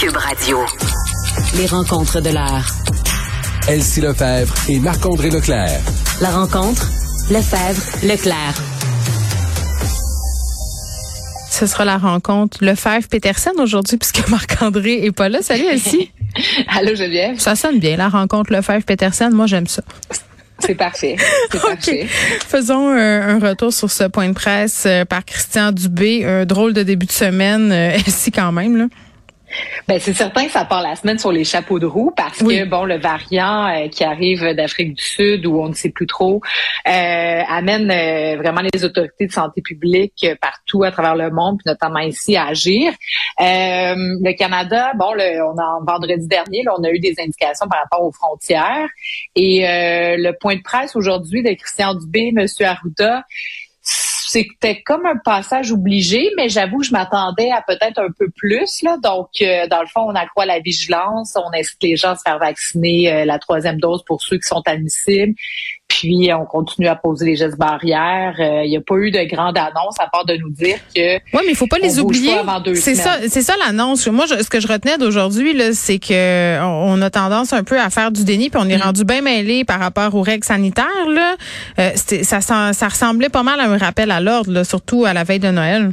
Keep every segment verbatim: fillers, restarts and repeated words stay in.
Cube Radio. Les rencontres de l'heure. Elsie Lefebvre et Marc-André Leclerc. La rencontre, Lefebvre-Leclerc. Ce sera la rencontre Lefebvre-Petersen aujourd'hui puisque Marc-André est pas là. Salut Elsie. Allô Geneviève. Ça sonne bien, la rencontre Lefebvre-Petersen. Moi, j'aime ça. C'est parfait. C'est okay. parfait. Faisons euh, un retour sur ce point de presse euh, par Christian Dubé. Un drôle de début de semaine, euh, Elsie quand même, là. Ben c'est certain que ça part la semaine sur les chapeaux de roue parce oui. que bon le variant euh, qui arrive d'Afrique du Sud ou on ne sait plus trop euh, amène euh, vraiment les autorités de santé publique euh, partout à travers le monde, puis notamment ici à agir. Euh, le Canada, bon le, on a vendredi dernier, là, on a eu des indications par rapport aux frontières et euh, le point de presse aujourd'hui de Christian Dubé, Monsieur Arruda. C'était comme un passage obligé, mais j'avoue que je m'attendais à peut-être un peu plus. Là. Donc, euh, dans le fond, on accroît la vigilance, on incite les gens à se faire vacciner euh, la troisième dose pour ceux qui sont admissibles. Puis, on continue à poser les gestes barrières. Il euh, n'y a pas eu de grande annonce à part de nous dire que. Oui, mais il faut pas les oublier. C'est ça, semaines. c'est ça l'annonce. Moi, je, ce que je retenais d'aujourd'hui, là, c'est que on, on a tendance un peu à faire du déni, puis on est mmh. rendu bien mêlé par rapport aux règles sanitaires. Là, euh, ça, ça ressemblait pas mal à un rappel à l'ordre, là, surtout à la veille de Noël.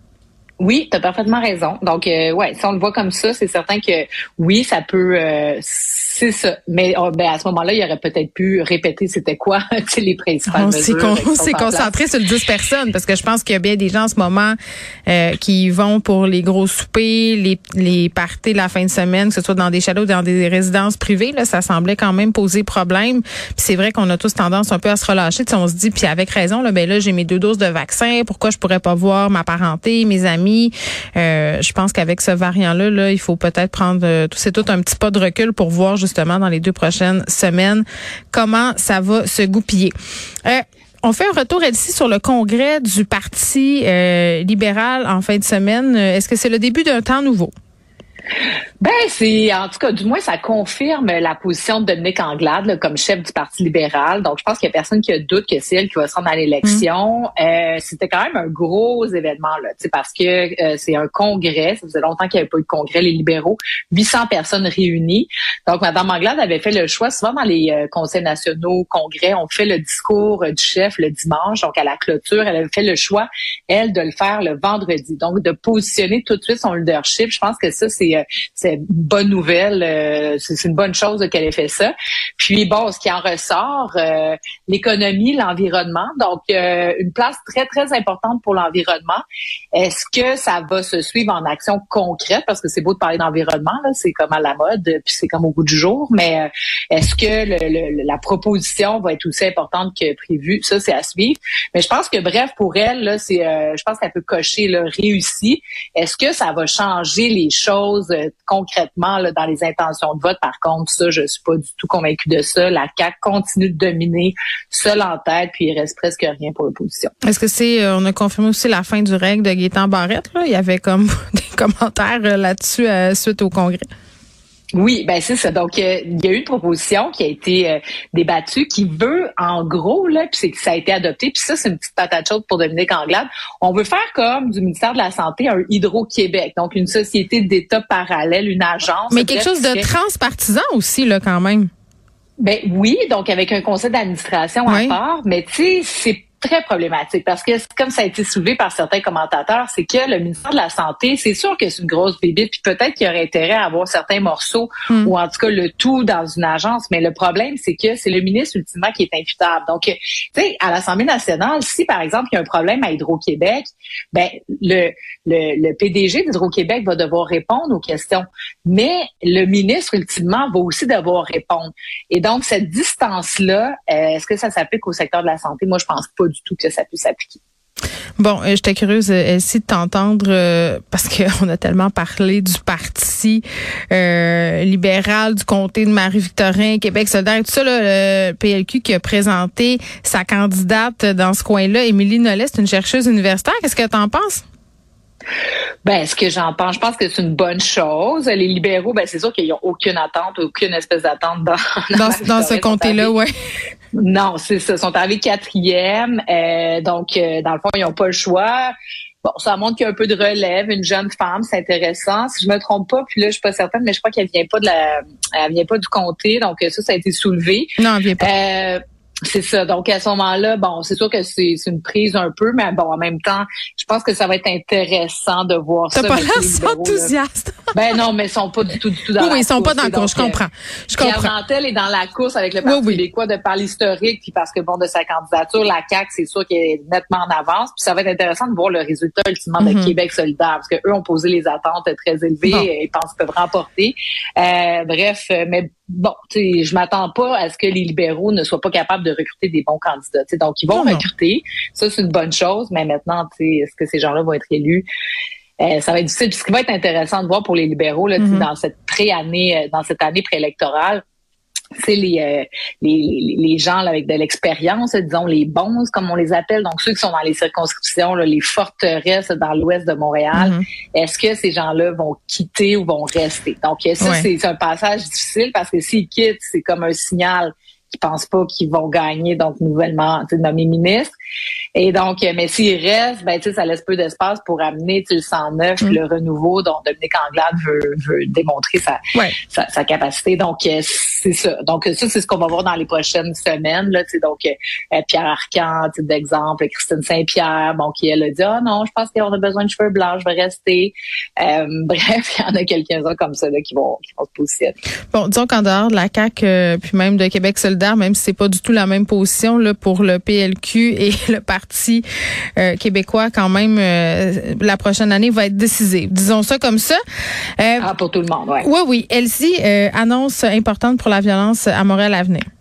Oui, tu as parfaitement raison. Donc, euh, ouais, si on le voit comme ça, c'est certain que oui, ça peut, euh, c'est ça. Mais oh, ben à ce moment-là, il aurait peut-être pu répéter c'était quoi les principales on mesures. Con, on s'est concentré sur le dix personnes parce que je pense qu'il y a bien des gens en ce moment euh, qui vont pour les gros soupers, les les parties de la fin de semaine, que ce soit dans des châteaux ou dans des résidences privées. Là, ça semblait quand même poser problème. Puis c'est vrai qu'on a tous tendance un peu à se relâcher. Tu sais, on se dit, puis avec raison, là, ben là, j'ai mes deux doses de vaccin. Pourquoi je pourrais pas voir ma parenté, mes amis? Euh, je pense qu'avec ce variant-là, là, il faut peut-être prendre euh, tout, c'est tout un petit pas de recul pour voir justement dans les deux prochaines semaines comment ça va se goupiller. Euh, On fait un retour ici sur le congrès du Parti euh, libéral en fin de semaine. Est-ce que c'est le début d'un temps nouveau? Ben, c'est, en tout cas, du moins, ça confirme la position de Dominique Anglade là, comme chef du Parti libéral. Donc, je pense qu'il y a personne qui a doute que c'est elle qui va se rendre à l'élection. Mmh. Euh, c'était quand même un gros événement, là, tu sais, parce que euh, c'est un congrès. Ça faisait longtemps qu'il n'y avait pas eu de congrès, les libéraux. huit cents personnes réunies. Donc, Mme Anglade avait fait le choix. Souvent, dans les euh, conseils nationaux, congrès, on fait le discours euh, du chef le dimanche. Donc, à la clôture, elle avait fait le choix, elle, de le faire le vendredi. Donc, de positionner tout de suite son leadership. Je pense que ça, c'est c'est une bonne nouvelle, euh, c'est une bonne chose qu'elle ait fait ça. Puis bon, ce qui en ressort, euh, l'économie, l'environnement, donc euh, une place très très importante pour l'environnement. Est-ce que ça va se suivre en action concrète, parce que c'est beau de parler d'environnement, là, c'est comme à la mode, puis c'est comme au goût du jour, mais euh, est-ce que le, le, la proposition va être aussi importante que prévu? Ça, c'est à suivre. Mais je pense que bref, pour elle, là, c'est, euh, je pense qu'elle peut cocher là, réussi. Est-ce que ça va changer les choses euh, concrètement là, dans les intentions de vote? Par contre, ça, je suis pas du tout convaincue de ça. La C A Q continue de dominer, seule en tête, puis il reste presque rien pour l'opposition. Est-ce que c'est, euh, on a confirmé aussi la fin du règne de Gaétan Barrette, là? Il y avait comme des commentaires euh, là-dessus euh, suite au congrès. Oui, ben c'est ça. Donc, euh, il y a eu une proposition qui a été euh, débattue qui veut, en gros, là, puis c'est que ça a été adopté, puis ça, c'est une petite patate chaude pour Dominique Anglade. On veut faire comme du ministère de la Santé un Hydro-Québec, donc une société d'État parallèle, une agence. Mais quelque chose de fait... transpartisan aussi, là, quand même. Ben oui, donc avec un conseil d'administration oui. à part, mais tu sais, c'est très problématique parce que comme ça a été soulevé par certains commentateurs, c'est que le ministère de la Santé, c'est sûr que c'est une grosse bébite, puis peut-être qu'il y aurait intérêt à avoir certains morceaux mm. ou en tout cas le tout dans une agence, mais le problème, c'est que c'est le ministre ultimement qui est imputable. Donc, tu sais, à l'Assemblée nationale, si par exemple il y a un problème à Hydro-Québec, ben le, le, le P D G d'Hydro-Québec va devoir répondre aux questions, mais le ministre ultimement va aussi devoir répondre. Et donc, cette distance-là, euh, est-ce que ça s'applique au secteur de la santé? Moi, je pense pas du tout que ça puisse s'appliquer. Bon, euh, j'étais curieuse, Elsie, de t'entendre euh, parce qu'on a tellement parlé du parti euh, libéral, du comté de Marie-Victorin, Québec solidaire, tout ça, là, le P L Q qui a présenté sa candidate dans ce coin-là, Émilie Nollet, c'est une chercheuse universitaire. Qu'est-ce que t'en penses? Ben, ce que j'en pense, je pense que c'est une bonne chose. Les libéraux, ben, c'est sûr qu'ils n'ont aucune attente, aucune espèce d'attente dans dans, dans, dans ce comté-là, ouais. Non, c'est ça. Ils sont arrivés quatrième. Euh, donc, euh, dans le fond, ils n'ont pas le choix. bon, ça montre qu'il y a un peu de relève, une jeune femme, c'est intéressant. Si je me trompe pas, puis là, je suis pas certaine, mais je crois qu'elle vient pas de la, elle vient pas du comté, donc ça, ça a été soulevé. Non, elle vient pas. Euh, C'est ça. Donc, à ce moment-là, bon, c'est sûr que c'est, c'est une prise un peu, mais bon, en même temps, je pense que ça va être intéressant de voir T'as ça. T'as pas l'air si enthousiaste. Ben non, mais ils sont pas du tout, du tout dans oui, la oui, ils course. sont pas dans la course, je comprends. Je comprends. Pierre Nantel est dans la course avec le Parti oui, oui. québécois de par l'historique, puis parce que, bon, de sa candidature, la C A Q, c'est sûr qu'elle est nettement en avance. Puis ça va être intéressant de voir le résultat, ultimement, de mm-hmm. Québec solidaire, parce que eux ont posé les attentes très élevées bon. et pensent qu'ils peuvent remporter. Euh, bref, mais bon, tu sais, je m'attends pas à ce que les libéraux ne soient pas capables de recruter des bons candidats. T'sais. Donc, ils vont non, recruter. Non. Ça, c'est une bonne chose. Mais maintenant, est-ce que ces gens-là vont être élus? Euh, ça va être difficile. Puis ce qui va être intéressant de voir pour les libéraux là, mm-hmm. dans cette pré-année, dans cette année préélectorale, c'est les, euh, les les les gens là, avec de l'expérience, disons les bons comme on les appelle, donc ceux qui sont dans les circonscriptions, là, les forteresses dans l'ouest de Montréal. Mm-hmm. Est-ce que ces gens-là vont quitter ou vont rester? Donc ça, ouais. c'est, c'est un passage difficile parce que s'ils quittent, c'est comme un signal qu'ils pensent pas qu'ils vont gagner, donc nouvellement nommé ministre. Et donc, mais s'il reste, ben tu sais, ça laisse peu d'espace pour amener le sang neuf, mm. le renouveau dont Dominique Anglade veut, veut démontrer sa, ouais. sa, sa capacité. Donc, c'est ça. Donc, ça, c'est ce qu'on va voir dans les prochaines semaines. Là, tu sais, donc, euh, Pierre Arcan, d'exemple, Christine Saint-Pierre, bon, qui elle a dit, ah oh, non, je pense qu'on a besoin de cheveux blancs, je vais rester. Euh, bref, il y en a quelques-uns comme ça là, qui vont, qui vont se positionner. Bon, disons qu'en dehors de la C A Q, euh, puis même de Québec solidaire, même si c'est pas du tout la même position là pour le P L Q et le Parti euh, québécois, quand même, euh, la prochaine année va être décisive. Disons ça comme ça. Euh, ah, pour tout le monde, oui. Oui, oui. Elsie, euh, annonce importante pour la violence à Montréal à venir.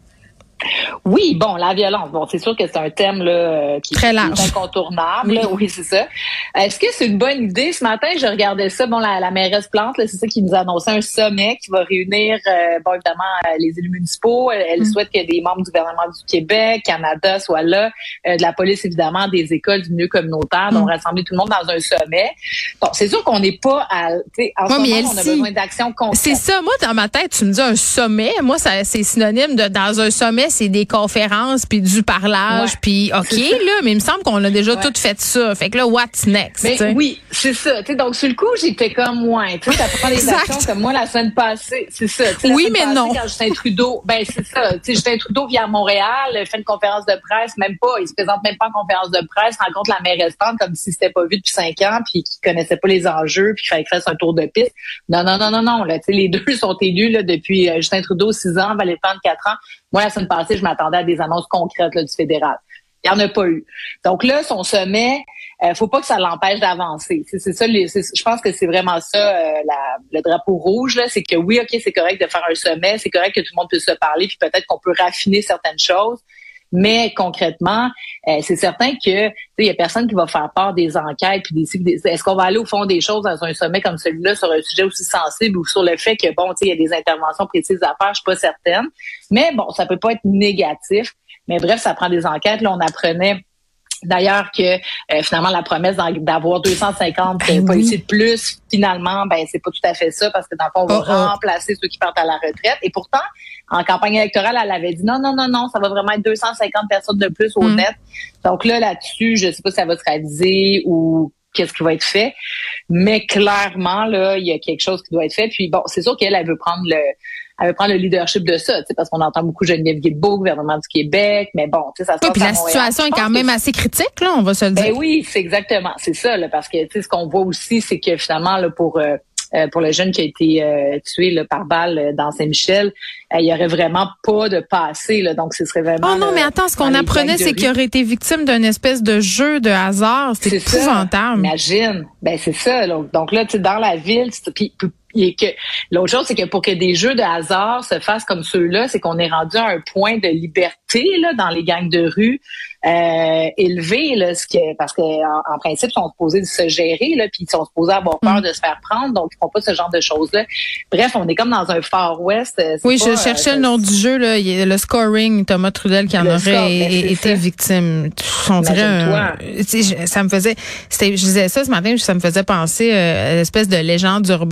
Oui, bon, la violence. Bon, c'est sûr que c'est un thème là qui, Très large. qui est incontournable. Oui, oui c'est ça. Est-ce que c'est une bonne idée? Ce matin, je regardais ça. Bon, la, la mairesse Plante, là, c'est ça qui nous a annoncé un sommet qui va réunir, euh, bon, évidemment, les élus municipaux. Elle, elle mm. souhaite que des membres du gouvernement du Québec, Canada soient là, euh, de la police, évidemment, des écoles, du milieu communautaire, mm. donc rassembler tout le monde dans un sommet. Bon, c'est sûr qu'on n'est pas à, tu sais, en ouais, ce moment, on a besoin d'action concrète. C'est ça. Moi, dans ma tête, tu me dis un sommet. Moi, ça, c'est synonyme de, dans un sommet, c'est des conférences puis du parlage ouais, puis OK là, mais il me semble qu'on a déjà ouais. tout fait ça. Fait que là, what's next? Mais t'sais? Oui, c'est ça. T'sais, donc sur le coup, j'étais comme ouais, tu sais, ça prend des actions comme moi la semaine passée, c'est ça. T'sais, oui, mais passée, non. Quand Justin Trudeau, ben c'est ça. Tu sais, Justin Trudeau vient à Montréal, fait une conférence de presse, même pas, il se présente même pas en conférence de presse, rencontre la mairesse Plante comme si c'était pas vu depuis cinq ans, puis qu'il connaissait pas les enjeux, puis qu'il fallait qu'il fasse un tour de piste. Non, non, non, non, non. Là, tu sais, les deux sont élus là depuis euh, Justin Trudeau six ans, Valérie Plante quatre ans. Moi, la semaine passée, je m'attendais à des annonces concrètes là, du fédéral. Il n'y en a pas eu. Donc là, son sommet, euh, faut pas que ça l'empêche d'avancer. C'est, c'est ça, les, c'est, je pense que c'est vraiment ça, euh, la, le drapeau rouge, là, c'est que oui, OK, c'est correct de faire un sommet, c'est correct que tout le monde puisse se parler, puis peut-être qu'on peut raffiner certaines choses. Mais concrètement, euh, c'est certain que il y a personne qui va faire part des enquêtes puis des, des est-ce qu'on va aller au fond des choses dans un sommet comme celui-là sur un sujet aussi sensible ou sur le fait que bon, tu sais, il y a des interventions précises à faire, je suis pas certaine. Mais bon, ça peut pas être négatif. Mais bref, ça prend des enquêtes. Là, on apprenait d'ailleurs que euh, finalement la promesse d'avoir deux cent cinquante ben policiers oui. de plus, finalement, ben c'est pas tout à fait ça parce que dans le fond, on va oh, oh. remplacer ceux qui partent à la retraite. Et pourtant, en campagne électorale, elle avait dit non, non, non, non, ça va vraiment être deux cent cinquante personnes de plus au mm. net. Donc là, là-dessus, je sais pas si ça va se réaliser ou qu'est-ce qui va être fait. Mais clairement, là, il y a quelque chose qui doit être fait. Puis bon, c'est sûr qu'elle, elle veut prendre le elle veut prendre le leadership de ça, parce qu'on entend beaucoup Geneviève Guilbeault, gouvernement du Québec, mais bon, tu sais, ça se passe oui, puis la situation est quand même assez critique, là, on va se le dire. Ben oui, c'est exactement, c'est ça, là, parce que tu sais, ce qu'on voit aussi, c'est que finalement, là, pour euh, pour le jeune qui a été euh, tué là, par balle euh, dans Saint-Michel, euh, il y aurait vraiment pas de passé, là, donc ce serait vraiment. Oh non, là, mais attends, ce qu'on apprenait, c'est qu'il aurait été victime d'une espèce de jeu de hasard, c'est épouvantable. Imagine, ben c'est ça, là, donc là, tu sais, dans la ville, puis et que l'autre chose, c'est que pour que des jeux de hasard se fassent comme ceux-là, c'est qu'on est rendu à un point de liberté là dans les gangs de rue euh, élevé là, ce qui est, parce que en, en principe, ils sont supposés se gérer là, puis ils sont supposés avoir peur mmh. de se faire prendre, donc ils font pas ce genre de choses-là. Bref, on est comme dans un Far West. Oui, pas, je cherchais euh, le nom du jeu là, le scoring, Thomas Trudel qui en aurait score, été ça. victime. On dirait un, ça me faisait, c'était, je disais ça ce matin, ça me faisait penser euh, à l'espèce de légende urbaine là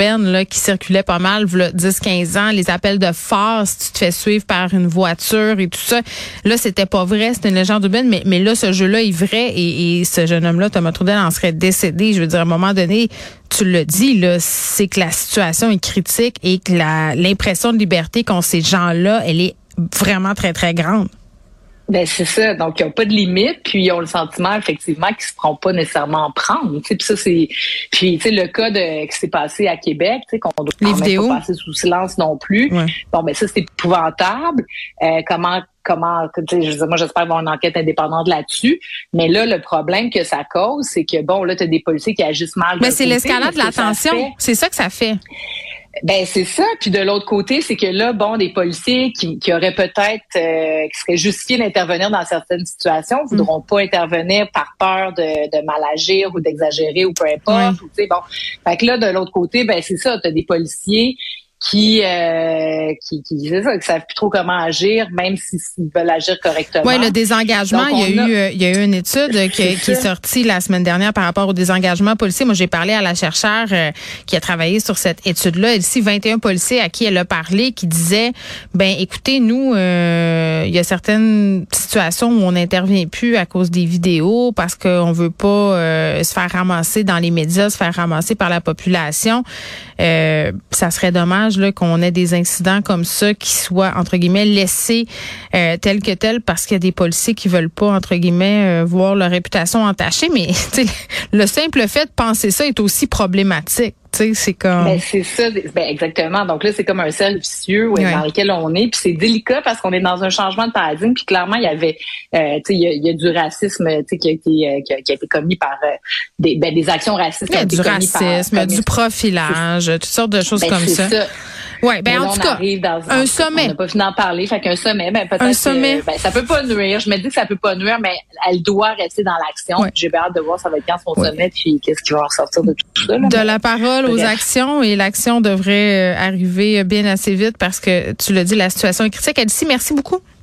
qui circulait pas mal, v'là dix quinze ans, les appels de phare, si tu te fais suivre par une voiture et tout ça. Là, c'était pas vrai, c'était une légende urbaine, mais, mais là, ce jeu-là est vrai et, et ce jeune homme-là, Thomas Trudel, en serait décédé. Je veux dire, à un moment donné, tu le dis, là, c'est que la situation est critique et que la, l'impression de liberté qu'ont ces gens-là, elle est vraiment très, très grande. Ben c'est ça, donc ils n'ont pas de limite, puis ils ont le sentiment effectivement qu'ils se feront pas nécessairement prendre. Tu sais, puis ça c'est, puis tu sais le cas de qui s'est passé à Québec, tu sais qu'on doit les vidéos pas passer sous silence non plus. Ouais. Bon ben ça c'est épouvantable. Euh, comment comment tu sais, je veux dire, moi j'espère avoir une enquête indépendante là-dessus. Mais là le problème que ça cause, c'est que bon là t'as des policiers qui agissent mal. Mais c'est l'escalade de la tension, c'est ça que ça fait. Ben c'est ça. Puis de l'autre côté, c'est que là, bon, des policiers qui, qui auraient peut-être, euh, qui seraient justifiés d'intervenir dans certaines situations, ne voudront mm. pas intervenir par peur de, de mal agir ou d'exagérer ou peu importe. Ouais. Ou, tu sais, bon, fait que là, de l'autre côté, ben c'est ça. T'as des policiers qui, euh, qui, qui, c'est ça, qui savent plus trop comment agir, même s'ils veulent agir correctement. Oui, le désengagement, il y a, a eu, euh, il y a eu une étude qui, qui est sortie la semaine dernière par rapport au désengagement policier. Moi, j'ai parlé à la chercheure euh, qui a travaillé sur cette étude-là. Ici, vingt et un policiers à qui elle a parlé, qui disaient, ben, écoutez, nous, euh, il y a certaines situations où on n'intervient plus à cause des vidéos parce qu'on veut pas euh, se faire ramasser dans les médias, se faire ramasser par la population. Euh, ça serait dommage là, qu'on ait des incidents comme ça qui soient, entre guillemets, laissés euh, tels que tels parce qu'il y a des policiers qui veulent pas, entre guillemets, euh, voir leur réputation entachée. Mais le simple fait de penser ça est aussi problématique. C'est comme... Ben, c'est ça, ben, exactement. Donc là, c'est comme un cercle vicieux ouais, ouais. dans lequel on est. Puis c'est délicat parce qu'on est dans un changement de paradigme. Puis clairement, il y avait, euh, tu sais, il y a, il y a du racisme, tu sais, qui a été, euh, qui, a, qui a été commis par euh, des, ben, des actions racistes. Il y a du racisme, par, du profilage, toutes sortes de choses ben, comme ça. ça. Ouais, ben là, en tout cas, dans, un dans, sommet. On n'a pas fini d'en parler, fait qu'un sommet, ben peut-être. Un sommet. Que, ben ça peut pas nuire. Je me dis que ça peut pas nuire, mais elle doit rester dans l'action. Ouais. J'ai hâte de voir ça va être quand son ouais. sommet, puis qu'est-ce qui va ressortir de tout ça. Là, de mais, la parole aux actions, et l'action devrait arriver bien assez vite parce que tu l'as dit, la situation est critique. Elsie, merci beaucoup.